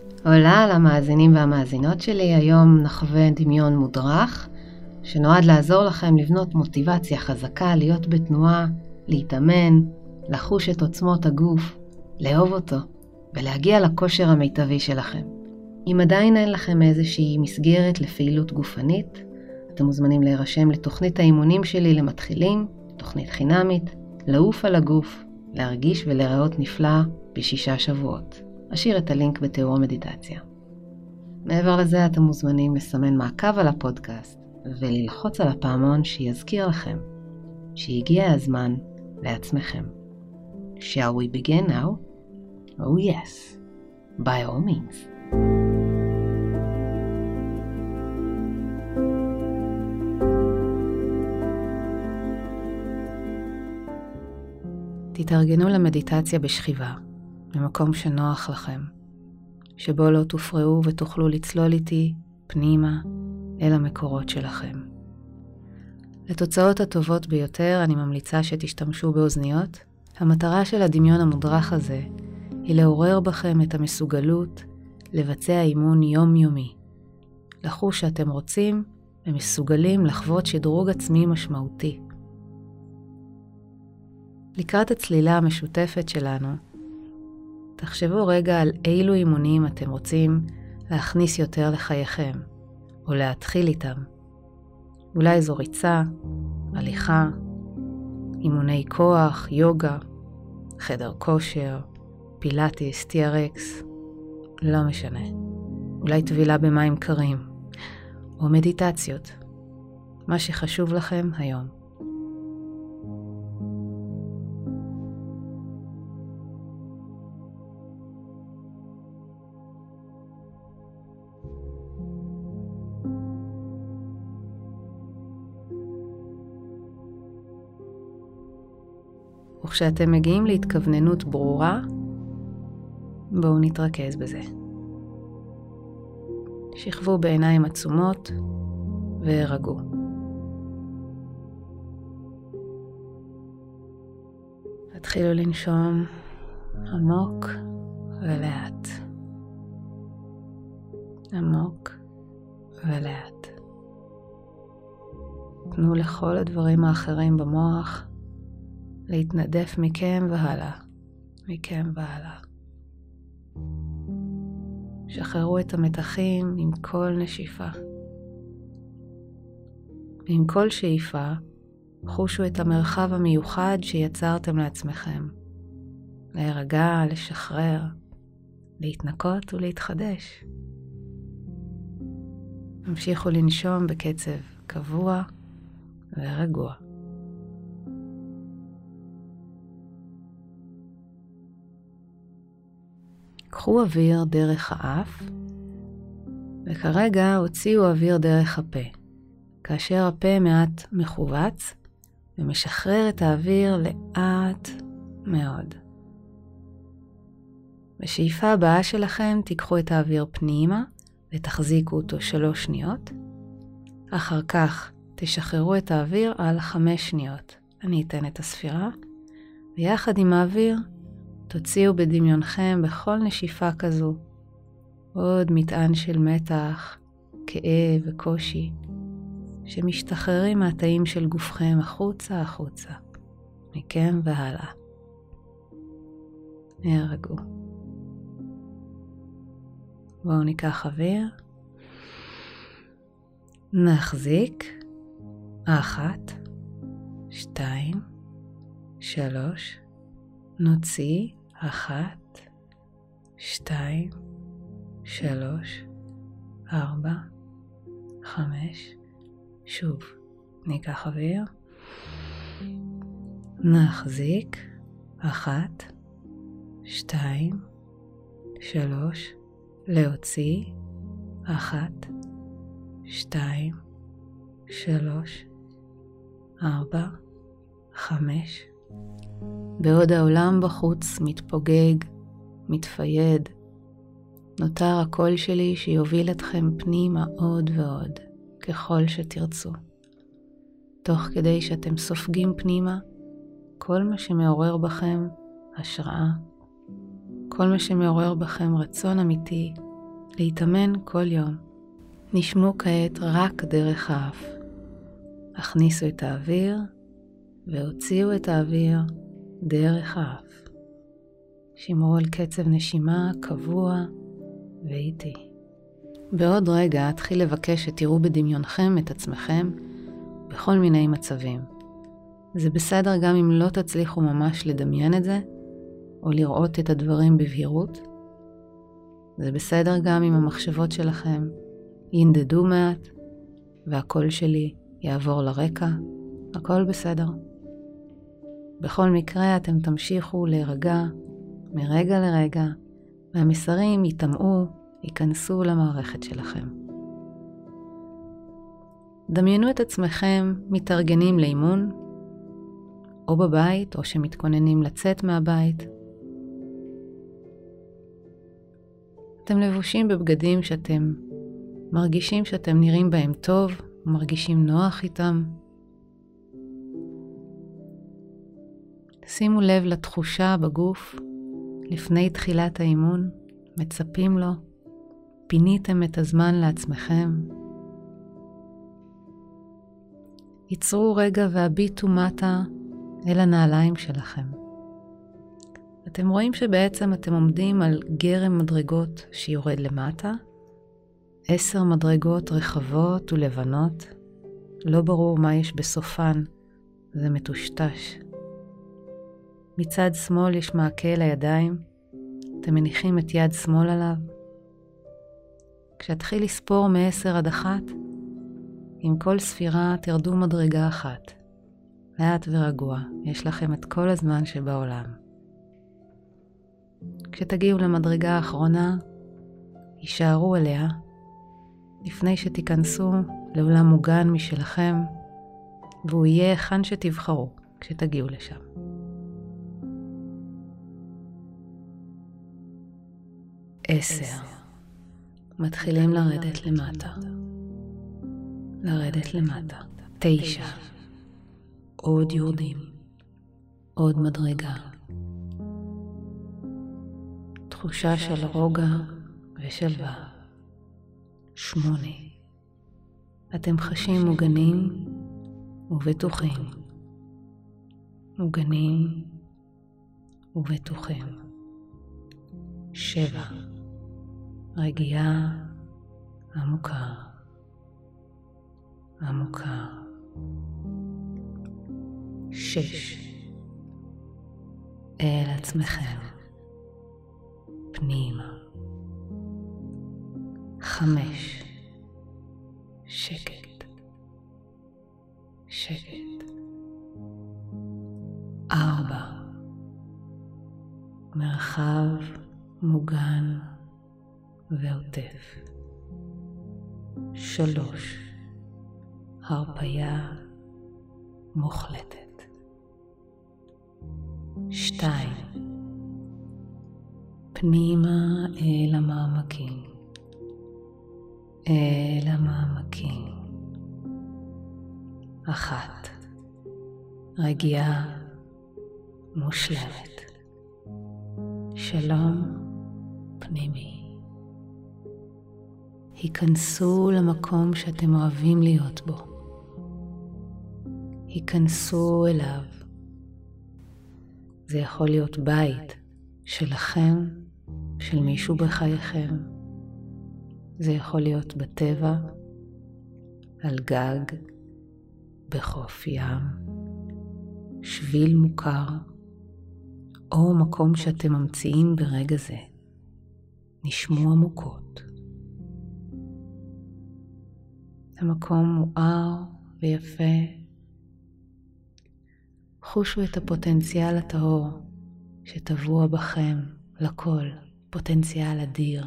הולה למאזינים והמאזינות שלי, היום נחווה דמיון מודרך שנועד לעזור לכם לבנות מוטיבציה חזקה, להיות בתנועה, להתאמן, לחוש את עוצמות הגוף, לאהוב אותו ולהגיע לכושר המיטבי שלכם. אם עדיין אין לכם איזושהי מסגרת לפעילות גופנית, אתם מוזמנים להירשם לתוכנית האימונים שלי למתחילים, תוכנית חינמית, לעוף על הגוף, להרגיש ולראות נפלא ב6 שבועות. אשאיר את הלינק בתיאור המדיטציה. מעבר לזה אתם מוזמנים לסמן מעקב על הפודקאסט וללחוץ על הפעמון שיזכיר לכם שהגיע הזמן לעצמכם. Shall we begin now? Oh yes, by all means. תתארגנו למדיטציה בשכיבה, במקום שנוח לכם, שבו לא תופרעו ותוכלו לצלול איתי פנימה אל המקורות שלכם. לתוצאות הטובות ביותר אני ממליצה שתשתמשו באוזניות. המטרה של הדמיון המודרך הזה היא לעורר בכם את המסוגלות לבצע אימון יומיומי, לחוש שאתם רוצים ומסוגלים לחוות שדרוג עצמי משמעותי. לקראת הצלילה המשותפת שלנו, תחשבו רגע על אילו אימונים אתם רוצים להכניס יותר לחייכם, או להתחיל איתם. אולי זו ריצה, הליכה, אימוני כוח, יוגה, חדר כושר, פילאטיס, TRX, לא משנה. אולי טבילה במים קרים, או מדיטציות. מה שחשוב לכם היום. וכשאתם מגיעים להתכווננות ברורה, בואו נתרכז בזה. שכבו בעיניים עצומות והרגעו. התחילו לנשום עמוק ולאט. עמוק ולאט. תנו לכל הדברים האחרים במוח להתנדף מכם והלאה, מכם והלאה. שחררו את המתחים עם כל נשיפה. ועם כל שאיפה, חושו את המרחב המיוחד שיצרתם לעצמכם. להירגע, לשחרר, להתנקות ולהתחדש. המשיכו לנשום בקצב קבוע ורגוע. קחו אוויר דרך האף, וכרגע הוציאו אוויר דרך הפה, כאשר הפה מעט מחובץ ומשחרר את האוויר לאט מאוד. בשאיפה הבאה שלכם תיקחו את האוויר פנימה ותחזיקו אותו 3 שניות. אחר כך תשחררו את האוויר על 5 שניות. אני אתן את הספירה, ויחד עם האוויר תוציאו בדמיונכם בכל נשיפה כזו עוד מטען של מתח, כאב וקושי שמשתחררים מהתאים של גופכם החוצה, מכם והלאה. נרגעו. בואו ניקח אוויר. נחזיק. 1, 2, 3. נוציא. 1, 2, 3, 4, 5. שוב, ניקח אוויר. נחזיק. 1, 2, 3. להוציא. 1, 2, 3, 4, 5. בעוד העולם בחוץ מתפוגג, מתפייד, נותר הקול שלי שיוביל אתכם פנימה עוד ועוד, ככל שתרצו. תוך כדי שאתם סופגים פנימה, כל מה שמעורר בכם השראה, כל מה שמעורר בכם רצון אמיתי להתאמן כל יום. נשמו כעת רק דרך האף. הכניסו את האוויר והוציאו את האוויר דרך האף. שמרו על קצב נשימה קבוע ואיטי. בעוד רגע אתחיל לבקש שתראו בדמיונכם את עצמכם בכל מיני מצבים. זה בסדר גם אם לא תצליחו ממש לדמיין את זה, או לראות את הדברים בבהירות. זה בסדר גם אם המחשבות שלכם ינדדו מעט, והקול שלי יעבור לרקע. הכל בסדר. בכל מקרה אתם תמשיכו להירגע מרגע לרגע, והמסרים יטמעו, ייכנסו למערכת שלכם. דמיינו את עצמכם מתארגנים לאימון, או בבית, או שמתכוננים לצאת מהבית. אתם לבושים בבגדים שאתם מרגישים שאתם נראים בהם טוב, מרגישים נוח איתם. שימו לב לתחושה בגוף לפני תחילת האימון, מצפים לו, פיניתם את הזמן לעצמכם. ייצרו רגע והביטו מטה אל הנעליים שלכם. אתם רואים שבעצם אתם עומדים על גרם מדרגות שיורד למטה, 10 מדרגות רחבות ולבנות, לא ברור מה יש בסופן, זה מטושטש. מצד שמאל יש מעקה לידיים, אתם מניחים את יד שמאל עליו. כשתתחיל לספור מ-10 עד 1, עם כל ספירה תרדו מדרגה אחת. לאט ורגוע, יש לכם את כל הזמן שבעולם. כשתגיעו למדרגה האחרונה, יישארו עליה, לפני שתיכנסו לעולם מוגן משלכם, והוא יהיה היכן שתבחרו כשתגיעו לשם. עשר. מתחילים לרדת למטה. לרדת למטה. 9. עוד יורדים. עוד מדרגה. תחושה של רוגע ושלווה. 8. אתם חשים מוגנים ובטוחים. מוגנים ובטוחים. 7. רגיעה עמוקה. עמוקה. 6. אל עצמכם. פנימה. 5. שקט. שקט. 4. מרחב מוגן ועוטף. 3. הרפיה מוחלטת. 2. פנימה אל המעמקים. אל המעמקים. 1. רגיעה מושלמת. שלום פנימי. היכנסו למקום שאתם אוהבים להיות בו. היכנסו אליו. זה יכול להיות בית שלכם, של מישהו בחייכם. זה יכול להיות בטבע, על גג, בחוף ים, שביל מוכר, או מקום שאתם ממציאים ברגע זה. נשמו עמוקות. המקום מואר ויפה. חושו את הפוטנציאל הטהור שטבוע בכם לכל, פוטנציאל אדיר.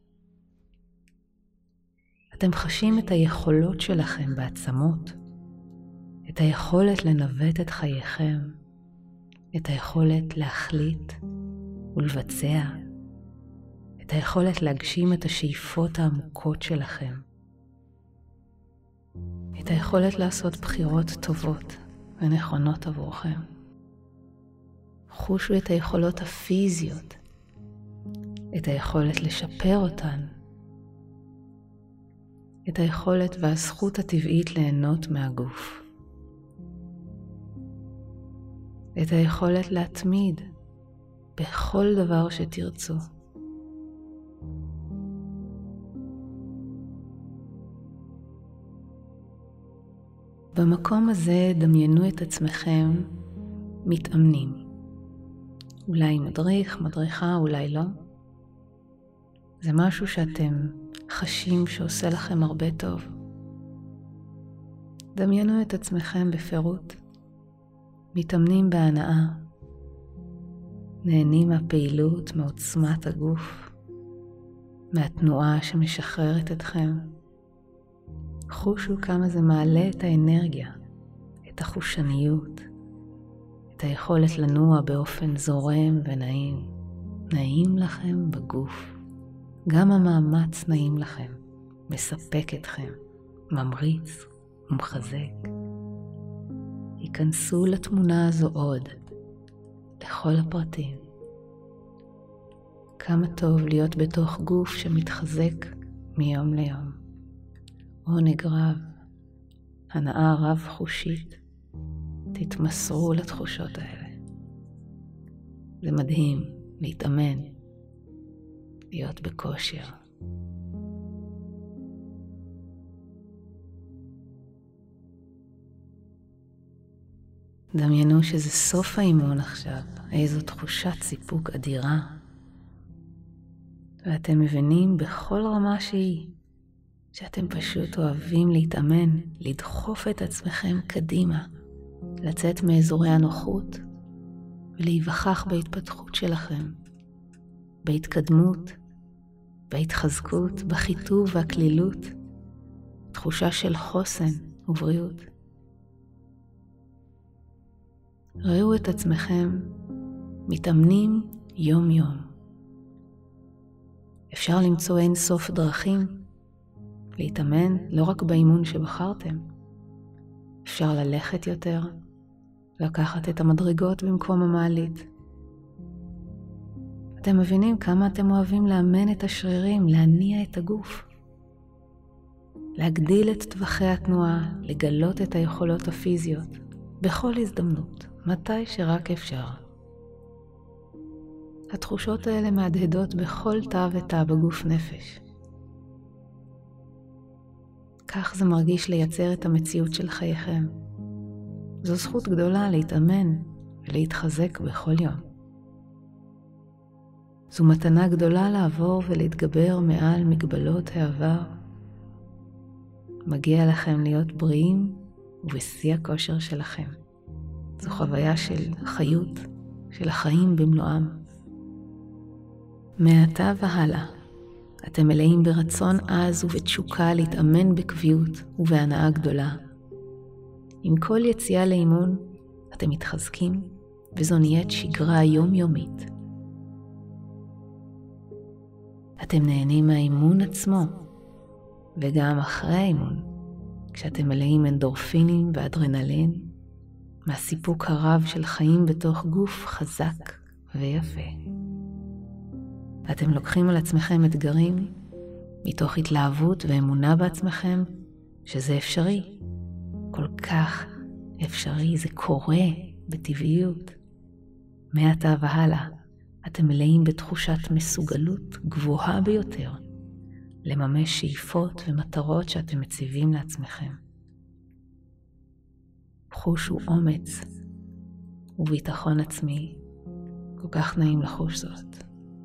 אתם חשים את היכולות שלכם בעצמות, את היכולת לנווט את חייכם, את היכולת להחליט ולבצע, את היכולת להגשים את השאיפות העמוקות שלכם, את היכולת לעשות בחירות טובות ונכונות עבורכם. חושו את היכולות הפיזיות, את היכולת לשפר אותן את היכולת והזכות הטבעית ליהנות מהגוף. את היכולת להתמיד בכל דבר שתרצו. במקום הזה דמיינו את עצמכם מתאמנים. אולי מדריך, מדריכה, אולי לא. זה משהו שאתם חשים שעושה לכם הרבה טוב. דמיינו את עצמכם בפירוט. מתאמנים בהנאה. נהנים מהפעילות, מעוצמת הגוף, מהתנועה שמשחררת אתכם. חושו כמה זה מעלה את האנרגיה, את החושניות, את היכולת לנוע באופן זורם ונעים. נעים לכם בגוף. גם המאמץ נעים לכם, מספק אתכם, ממריץ ומחזק. היכנסו לתמונה הזו עוד, לכל הפרטים. כמה טוב להיות בתוך גוף שמתחזק מיום ליום. עונג רב, הנאה רב חושית. תתמסרו לתחושות האלה. זה מדהים להתאמן, להיות בכושר. דמיינו שזה סוף האימון עכשיו, איזו תחושת סיפוק אדירה. ואתם מבינים בכל רמה שהיא, שאתם פשוט אוהבים להתאמן, לדחוף את עצמכם קדימה, לצאת מאזורי הנוחות ולהיווכח בהתפתחות שלכם, בהתקדמות, בהתחזקות, בחיטוב והכלילות, תחושה של חוסן ובריאות. ראו את עצמכם מתאמנים יום יום. אפשר למצוא אין סוף דרכים להתאמן לא רק באימון שבחרתם. אפשר ללכת יותר, לקחת את המדרגות במקום המעלית. אתם מבינים כמה אתם אוהבים לאמן את השרירים, להניע את הגוף, להגדיל את טווחי התנועה, לגלות את היכולות הפיזיות, בכל הזדמנות, מתי שרק אפשר. התחושות האלה מהדהדות בכל תא ותא בגוף נפש. כך זה מרגיש לייצר את המציאות של חייכם. זו זכות גדולה להתאמן ולהתחזק בכל יום. זו מתנה גדולה לעבור ולהתגבר מעל מגבלות העבר. מגיע לכם להיות בריאים ובשיא הכושר שלכם. זו חוויה של חיות, של החיים במלואם. מעתה והלאה, אתם מלאים ברצון עז ובתשוקה להתאמן בקביעות ובהנאה גדולה. עם כל יציאה לאימון, אתם מתחזקים, וזו נהיית שגרה יומיומית. אתם נהנים מהאימון עצמו, וגם אחרי האימון, כשאתם מלאים אנדורפינים ואדרנלין, מהסיפוק הרב של חיים בתוך גוף חזק ויפה. אתם לוקחים על עצמכם אתגרים, מתוך התלהבות ואמונה בעצמכם, שזה אפשרי. כל כך אפשרי, זה קורה בטבעיות. מעתה והלאה, אתם מלאים בתחושת מסוגלות גבוהה ביותר, לממש שאיפות ומטרות שאתם מציבים לעצמכם. חושו אומץ וביטחון עצמי, כל כך נעים לחוש זאת.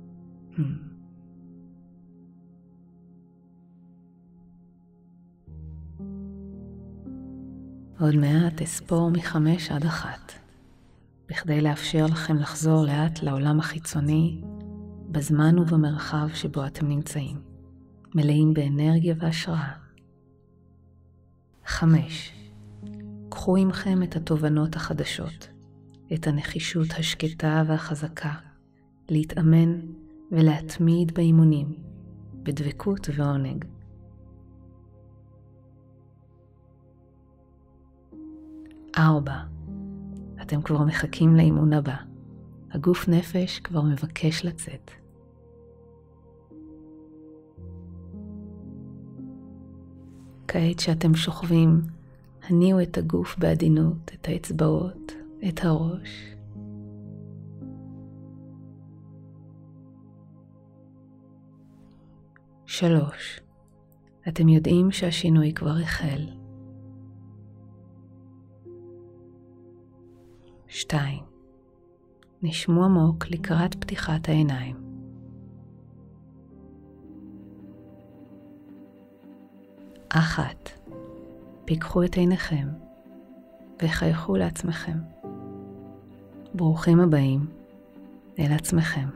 עוד מעט אספור מ5 עד 1, בכדי לאפשר לכם לחזור לאט לעולם החיצוני, בזמן ובמרחב שבו אתם נמצאים, מלאים באנרגיה והשראה. 5. קחו עמכם את התובנות החדשות, את הנחישות השקטה והחזקה, להתאמן ולהתמיד באימונים, בדבקות ועונג. 4. אתם כבר מחכים לאימון הבא. הגוף נפש כבר מבקש לצאת. 3. כעת שאתם שוכבים, הניעו את הגוף בעדינות, את האצבעות, את הראש. שלוש, אתם יודעים שהשינוי כבר החל. 2. נשמו עמוק לקראת פתיחת העיניים. 1. פיקחו את עיניכם וחייכו לעצמכם. ברוכים הבאים אל עצמכם.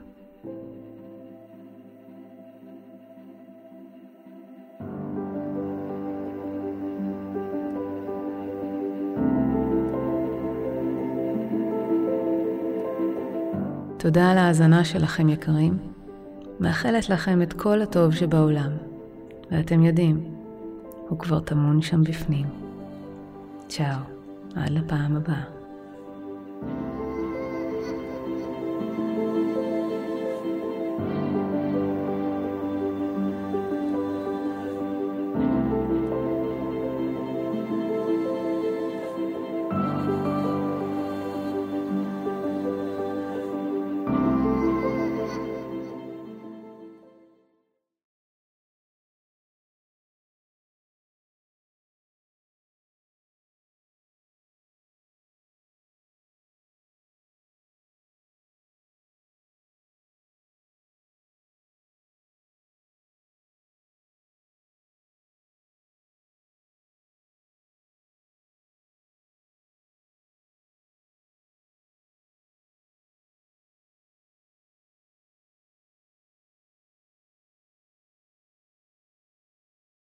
תודה על ההאזנה שלכם יקרים. מאחלת לכם את כל הטוב שבעולם. ואתם יודעים, הוא כבר טמון שם בפנים. צ'או, עד לפעם הבאה.